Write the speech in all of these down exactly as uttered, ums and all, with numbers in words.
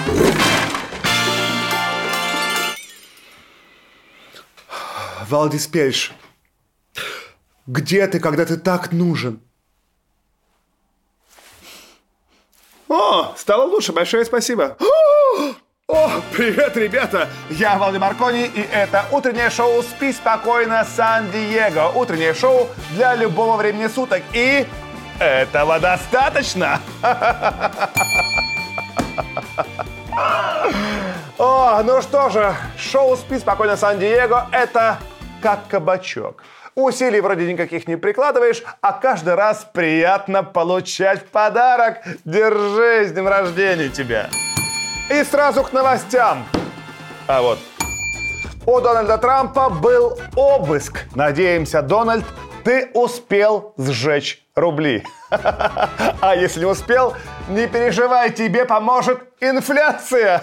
Валдис Пельш, где ты, когда ты так нужен? О, стало лучше, большое спасибо. О, привет, ребята! Я Валди Маркони, и это утреннее шоу «Спи спокойно, Сан-Диего». Утреннее шоу для любого времени суток. И этого достаточно. О, ну что же, шоу «Спи спокойно, Сан-Диего» — это как кабачок. Усилий вроде никаких не прикладываешь, а каждый раз приятно получать в подарок. Держи, с днем рождения тебя. И сразу к новостям. А вот, у Дональда Трампа был обыск. Надеемся, Дональд, ты успел сжечь рубли. А если не успел, не переживай, тебе поможет инфляция.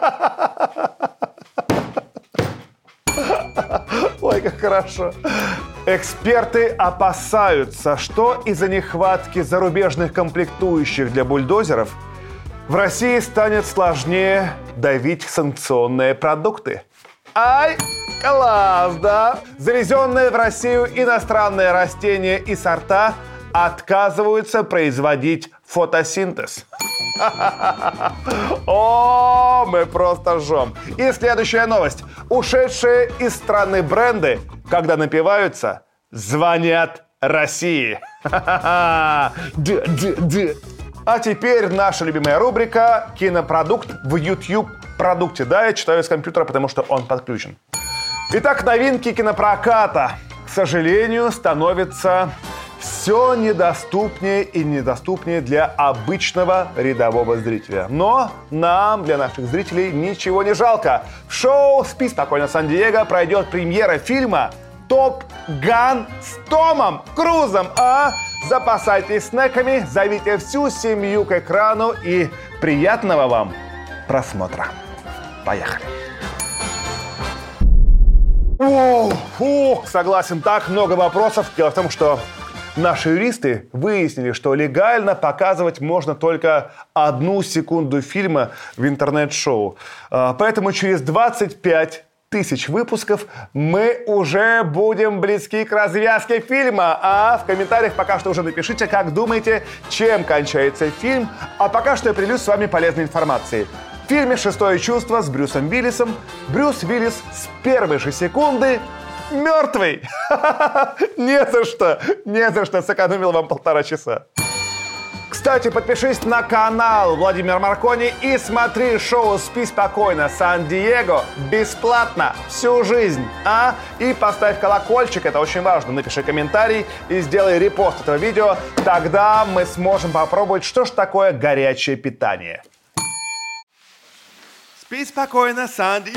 Ой, как хорошо. Эксперты опасаются, что из-за нехватки зарубежных комплектующих для бульдозеров в России станет сложнее давить санкционные продукты. Ай, класс, да? Завезенные в Россию иностранные растения и сорта отказываются производить фотосинтез. О, мы просто жжем. И следующая новость. Ушедшие из страны бренды, когда напиваются, звонят России. А теперь наша любимая рубрика «Кинопродукт» в YouTube-продукте. Да, я читаю с компьютера, потому что он подключен. Итак, новинки кинопроката, к сожалению, становятся все недоступнее и недоступнее для обычного рядового зрителя. Но нам, для наших зрителей, ничего не жалко. В шоу «Спи спокойно, Сан-Диего» пройдет премьера фильма «Топ Ган» с Томом Крузом. А запасайтесь снеками, зовите всю семью к экрану и приятного вам просмотра. Поехали. О, фу, согласен, так много вопросов. Дело в том, что наши юристы выяснили, что легально показывать можно только одну секунду фильма в интернет-шоу. Поэтому через двадцать пять тысяч выпусков мы уже будем близки к развязке фильма. А в комментариях пока что уже напишите, как думаете, чем кончается фильм. А пока что я поделюсь с вами полезной информацией. В фильме «Шестое чувство» с Брюсом Уиллисом Брюс Уиллис с первой же секунды мертвый. Не за что, не за что, сэкономил вам полтора часа. Кстати, подпишись на канал Владимир Маркони и смотри шоу «Спи спокойно, Сан-Диего» бесплатно всю жизнь. А? И поставь колокольчик, это очень важно. Напиши комментарий и сделай репост этого видео. Тогда мы сможем попробовать, что ж такое горячее питание. Спи спокойно, Сан-Диего.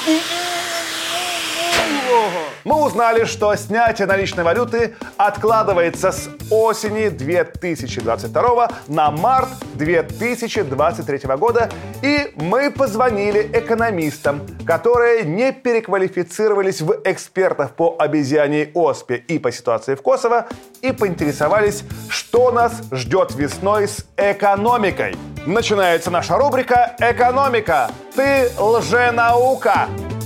Мы узнали, что снятие наличной валюты откладывается с осени две тысячи двадцать второго на март две тысячи двадцать третьего года, и мы позвонили экономистам, которые не переквалифицировались в экспертов по обезьяньей оспе и по ситуации в Косово, и поинтересовались, что нас ждет весной с экономикой. Начинается наша рубрика «Экономика». Ты лженаука!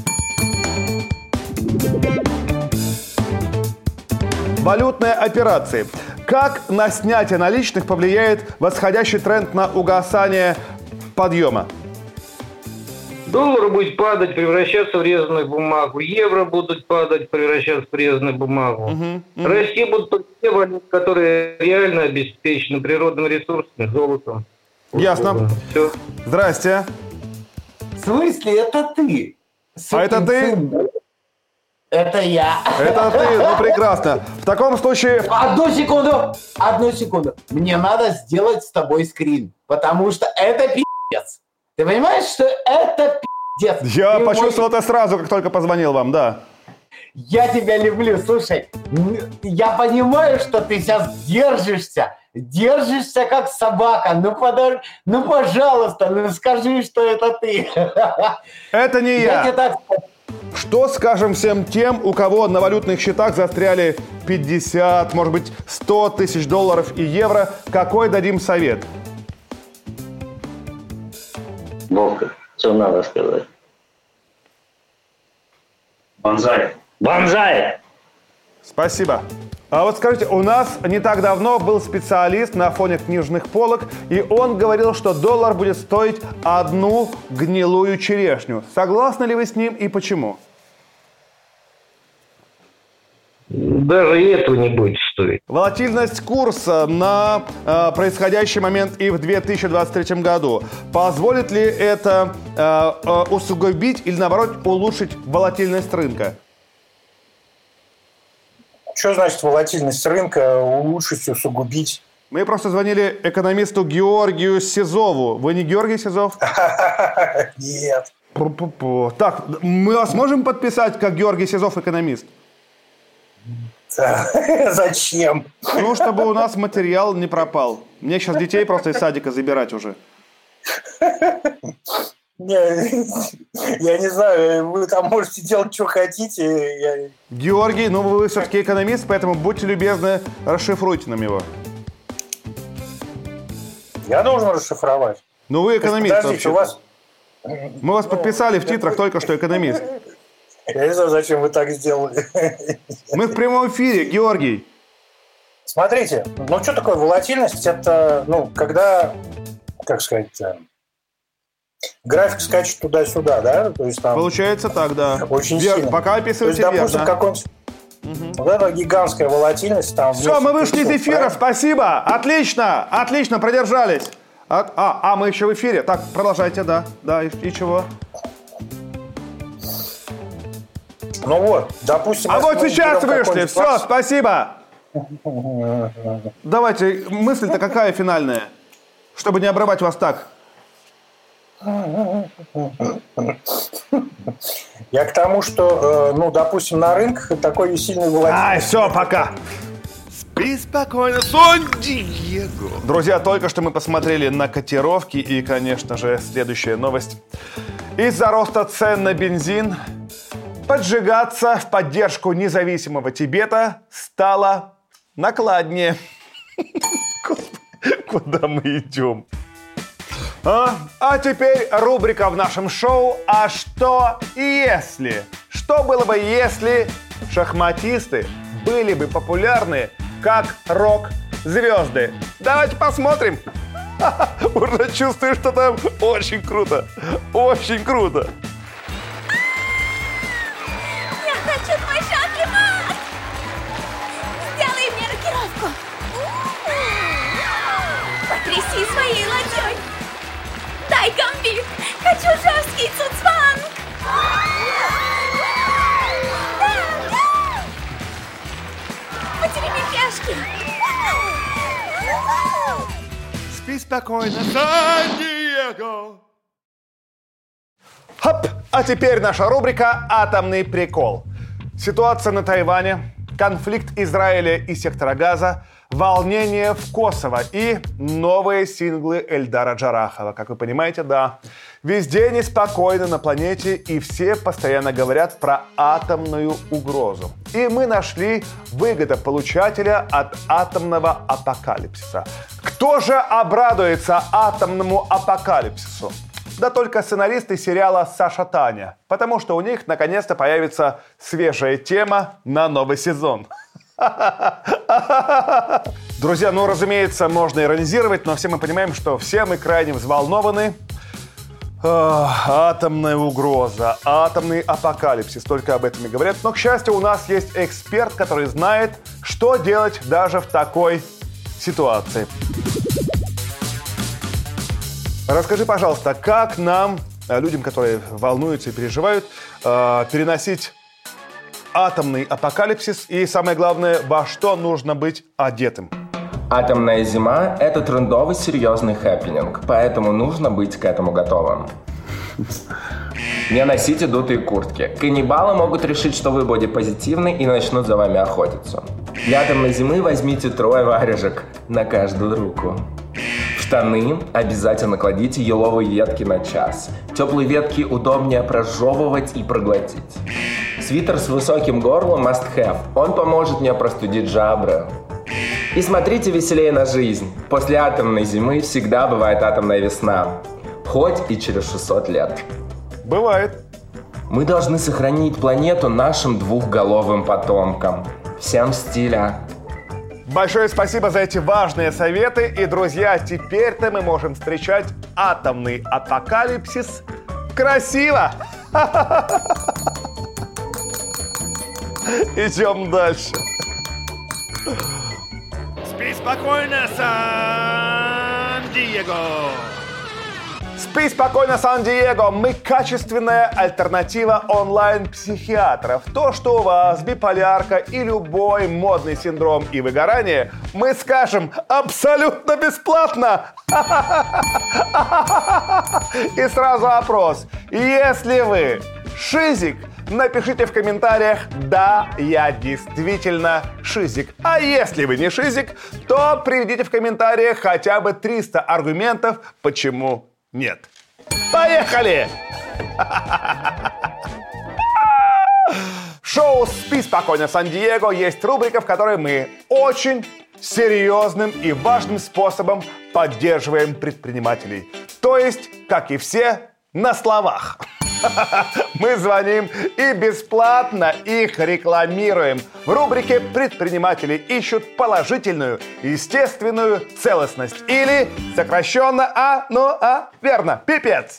Валютные операции. Как на снятие наличных повлияет восходящий тренд на угасание подъема? Доллар будет падать, превращаться в резаную бумагу. Евро будут падать, превращаться в резаную бумагу. Uh-huh, uh-huh. Расти будут те валюты, которые реально обеспечены природными ресурсами, золотом. Ясно. Все. Здрасте. В смысле, это ты? А это ты? Это я. Это ты, ну прекрасно. В таком случае... Одну секунду, одну секунду. Мне надо сделать с тобой скрин, потому что это пиздец. Ты понимаешь, что это пиздец? Я Ты почувствовал мой... это сразу, как только позвонил вам, да. Я тебя люблю, слушай. Я понимаю, что ты сейчас держишься. Держишься как собака. Ну, подож... ну пожалуйста, ну скажи, что это ты. Это не я. Я тебе так... Что скажем всем тем, у кого на валютных счетах застряли пятьдесят, может быть, сто тысяч долларов и евро? Какой дадим совет? Вовка, что надо сказать? Бонзай. Бонзай! Спасибо. А вот скажите, у нас не так давно был специалист на фоне книжных полок, и он говорил, что доллар будет стоить одну гнилую черешню. Согласны ли вы с ним и почему? Даже и этого не будет стоить. Волатильность курса на э, происходящий момент и в две тысячи двадцать третьем году. Позволит ли это э, э, усугубить или, наоборот, улучшить волатильность рынка? Что значит волатильность рынка улучшить, усугубить? Мы просто звонили экономисту Георгию Сизову. Вы не Георгий Сизов? Нет. Пу-пу-пу. Так, мы вас можем подписать как Георгий Сизов, экономист? Зачем? Ну, чтобы у нас материал не пропал. Мне сейчас детей просто из садика забирать уже. Не, я не знаю, вы там можете делать, что хотите. Я... Георгий, ну вы все-таки экономист, поэтому будьте любезны, расшифруйте нам его. Я должен расшифровать. Ну вы экономист. Подождите, у вас... Мы вас подписали в титрах только что экономист. Я не знаю, зачем вы так сделали. Мы в прямом эфире, Георгий. Смотрите, ну что такое волатильность? Это, ну, когда, как сказать-то, график скачет туда-сюда, да? То есть там получается так, да. Очень Вер... сильно. Пока описываете верно. То есть, допустим, верно. какой-нибудь... Угу. Вот это гигантская волатильность. Там все, мы вышли из эфира, правильно? Спасибо. Отлично, отлично, продержались. А, а, а, мы еще в эфире. Так, продолжайте, да. Да, и, и чего? Ну вот, допустим... А вот сейчас вышли, все, класс... спасибо. Давайте, мысль-то какая финальная? Чтобы не обрывать вас так. Я к тому, что, ну, допустим, на рынках такой сильный волатильность... Ай, все, пока. Спи спокойно, сон Диего. Друзья, только что мы посмотрели на котировки и, конечно же, следующая новость. Из-за роста цен на бензин поджигаться в поддержку независимого Тибета стало накладнее. Куда мы идем? А? а теперь рубрика в нашем шоу «А что если?». Что было бы, если шахматисты были бы популярны как рок-звезды? Давайте посмотрим. Уже чувствую, что там очень круто. Очень круто. Я хочу твой шахмат! Сделай мне рокировку. Потряси своей ладонь. Дай гамбит. Хочу жесткий цуцванг. Да, да. Потерями пешки. Спи спокойно, Сан-Диего. Хоп! А теперь наша рубрика «Атомный прикол». Ситуация на Тайване, конфликт Израиля и сектора Газа, волнение в Косово и новые синглы Эльдара Джарахова. Как вы понимаете, да, везде неспокойно на планете, и все постоянно говорят про атомную угрозу. И мы нашли выгодополучателя от атомного апокалипсиса. Кто же обрадуется атомному апокалипсису? Да только сценаристы сериала «Саша Таня», потому что у них наконец-то появится свежая тема на новый сезон. Друзья, ну, разумеется, можно иронизировать, но все мы понимаем, что все мы крайне взволнованы. Ах, атомная угроза, атомный апокалипсис, только об этом и говорят. Но, к счастью, у нас есть эксперт, который знает, что делать даже в такой ситуации. Расскажи, пожалуйста, как нам, людям, которые волнуются и переживают, переносить атомный апокалипсис и, самое главное, во что нужно быть одетым? Атомная зима – это трендовый серьезный хэппининг, поэтому нужно быть к этому готовым. Не носите дутые куртки. Каннибалы могут решить, что вы бодипозитивны и начнут за вами охотиться. Для атомной зимы возьмите трое варежек на каждую руку. В штаны обязательно кладите еловые ветки на час. Теплые ветки удобнее прожевывать и проглотить. Свитер с высоким горлом must have. Он поможет мне простудить жабры. И смотрите веселее на жизнь. После атомной зимы всегда бывает атомная весна. хоть и через шестьсот лет. Бывает. Мы должны сохранить планету нашим двухголовым потомкам. Всем стиля. Большое спасибо за эти важные советы. И, друзья, теперь-то мы можем встречать атомный апокалипсис красиво. Идем дальше. Спи спокойно, Сан-Диего. Спи спокойно, Сан-Диего. Мы качественная альтернатива онлайн-психиатров. То, что у вас биполярка и любой модный синдром и выгорание, мы скажем абсолютно бесплатно. И сразу вопрос. Если вы шизик, напишите в комментариях: да, я действительно шизик. А если вы не шизик, то приведите в комментариях хотя бы триста аргументов, почему нет. Поехали! В шоу «Спи спокойно, Сан-Диего» есть рубрика, в которой мы очень серьезным и важным способом поддерживаем предпринимателей. То есть, как и все, на словах. Мы звоним и бесплатно их рекламируем. В рубрике «Предприниматели ищут положительную, естественную целостность». Или сокращенно А, ну а, верно, пипец.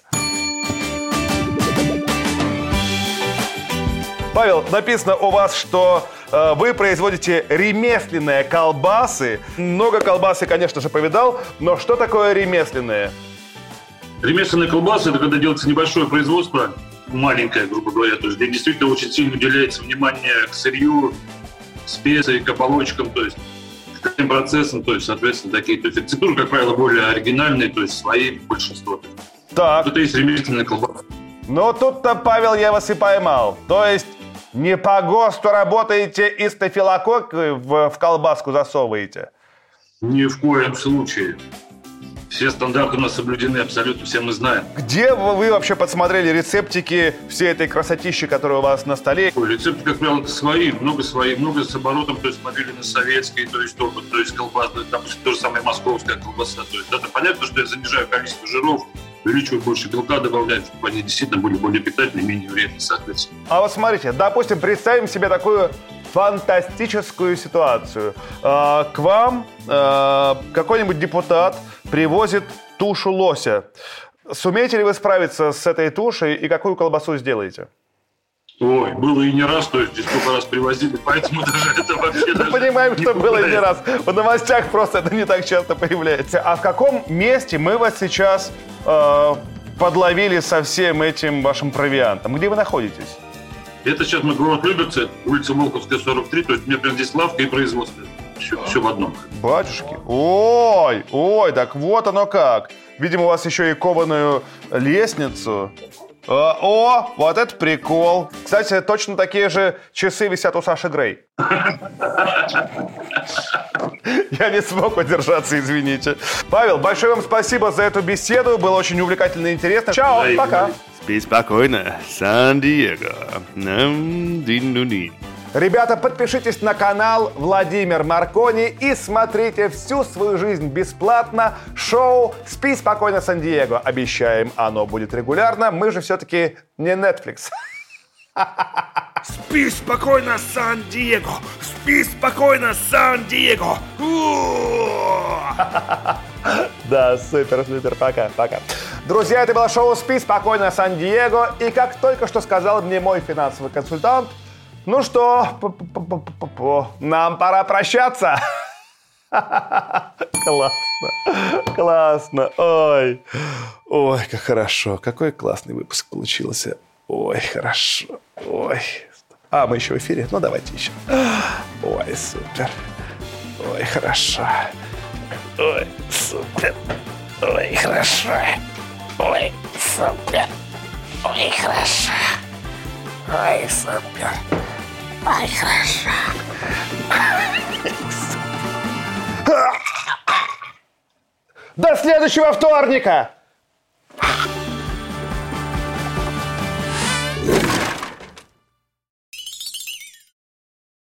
Павел, написано у вас, что э, вы производите ремесленные колбасы. Много колбасы, конечно же, повидал, но что такое ремесленные? Ремесленная колбаса – это когда делается небольшое производство, маленькое, грубо говоря, то есть где действительно очень сильно уделяется внимание к сырью, специи, к оболочкам, то есть к таким процессам, то есть, соответственно, такие. То есть рецептуры, как правило, более оригинальные, то есть свои большинство. Так. Это есть ремесленная колбаса. Но тут-то, Павел, я вас и поймал. То есть не по ГОСТу работаете и стафилококк в, в колбаску засовываете? Ни в коем случае. Все стандарты у нас соблюдены абсолютно, все мы знаем. Где вы вообще подсмотрели рецептики всей этой красотищи, которая у вас на столе? Рецепты, как правило, свои, много свои, много с оборотом, то есть смотрели на советские, то есть опыт, то есть колбаса, допустим, то же самое московская колбаса. То есть это понятно, что я занижаю количество жиров, увеличиваю больше белка, добавляю, чтобы они действительно были более питательные, менее вредные, соответственно. А вот смотрите, допустим, представим себе такую фантастическую ситуацию. К вам какой-нибудь депутат привозит тушу лося. Сумеете ли вы справиться с этой тушей и какую колбасу сделаете? Ой, было и не раз, то есть здесь сколько раз привозили, поэтому даже это вообще... Мы понимаем, что было и не раз. В новостях просто это не так часто появляется. А в каком месте мы вас сейчас э, подловили со всем этим вашим провиантом? Где вы находитесь? Это сейчас мы город Люберцы, улица Волковская, сорок три, то есть у меня прям здесь лавка и производство. Все, все в одном. Батюшки. Ой, ой, так вот оно как. Видимо, у вас еще и кованую лестницу. О, о, вот это прикол. Кстати, точно такие же часы висят у Саши Грей. Я не смог удержаться, извините. Павел, большое вам спасибо за эту беседу. Было очень увлекательно и интересно. Чао, пока. Спи спокойно, Сан-Диего. Ребята, подпишитесь на канал Владимир Маркони и смотрите всю свою жизнь бесплатно шоу «Спи спокойно, Сан-Диего». Обещаем, оно будет регулярно. Мы же все-таки не Netflix. Спи спокойно, Сан-Диего. Спи спокойно, Сан-Диего. Да, супер, супер, пока, пока. Друзья, это было шоу «Спи спокойно, Сан-Диего». И как только что сказал мне мой финансовый консультант, ну что, нам пора прощаться. Классно, классно, ой, ой, как хорошо, какой классный выпуск получился. Ой, хорошо, ой. А, мы еще в эфире? Ну, давайте еще. Ой, супер, ой, хорошо, ой, супер, ой, хорошо, ой, супер, ой, хорошо, ой, супер. Ай, хорошо. До следующего вторника!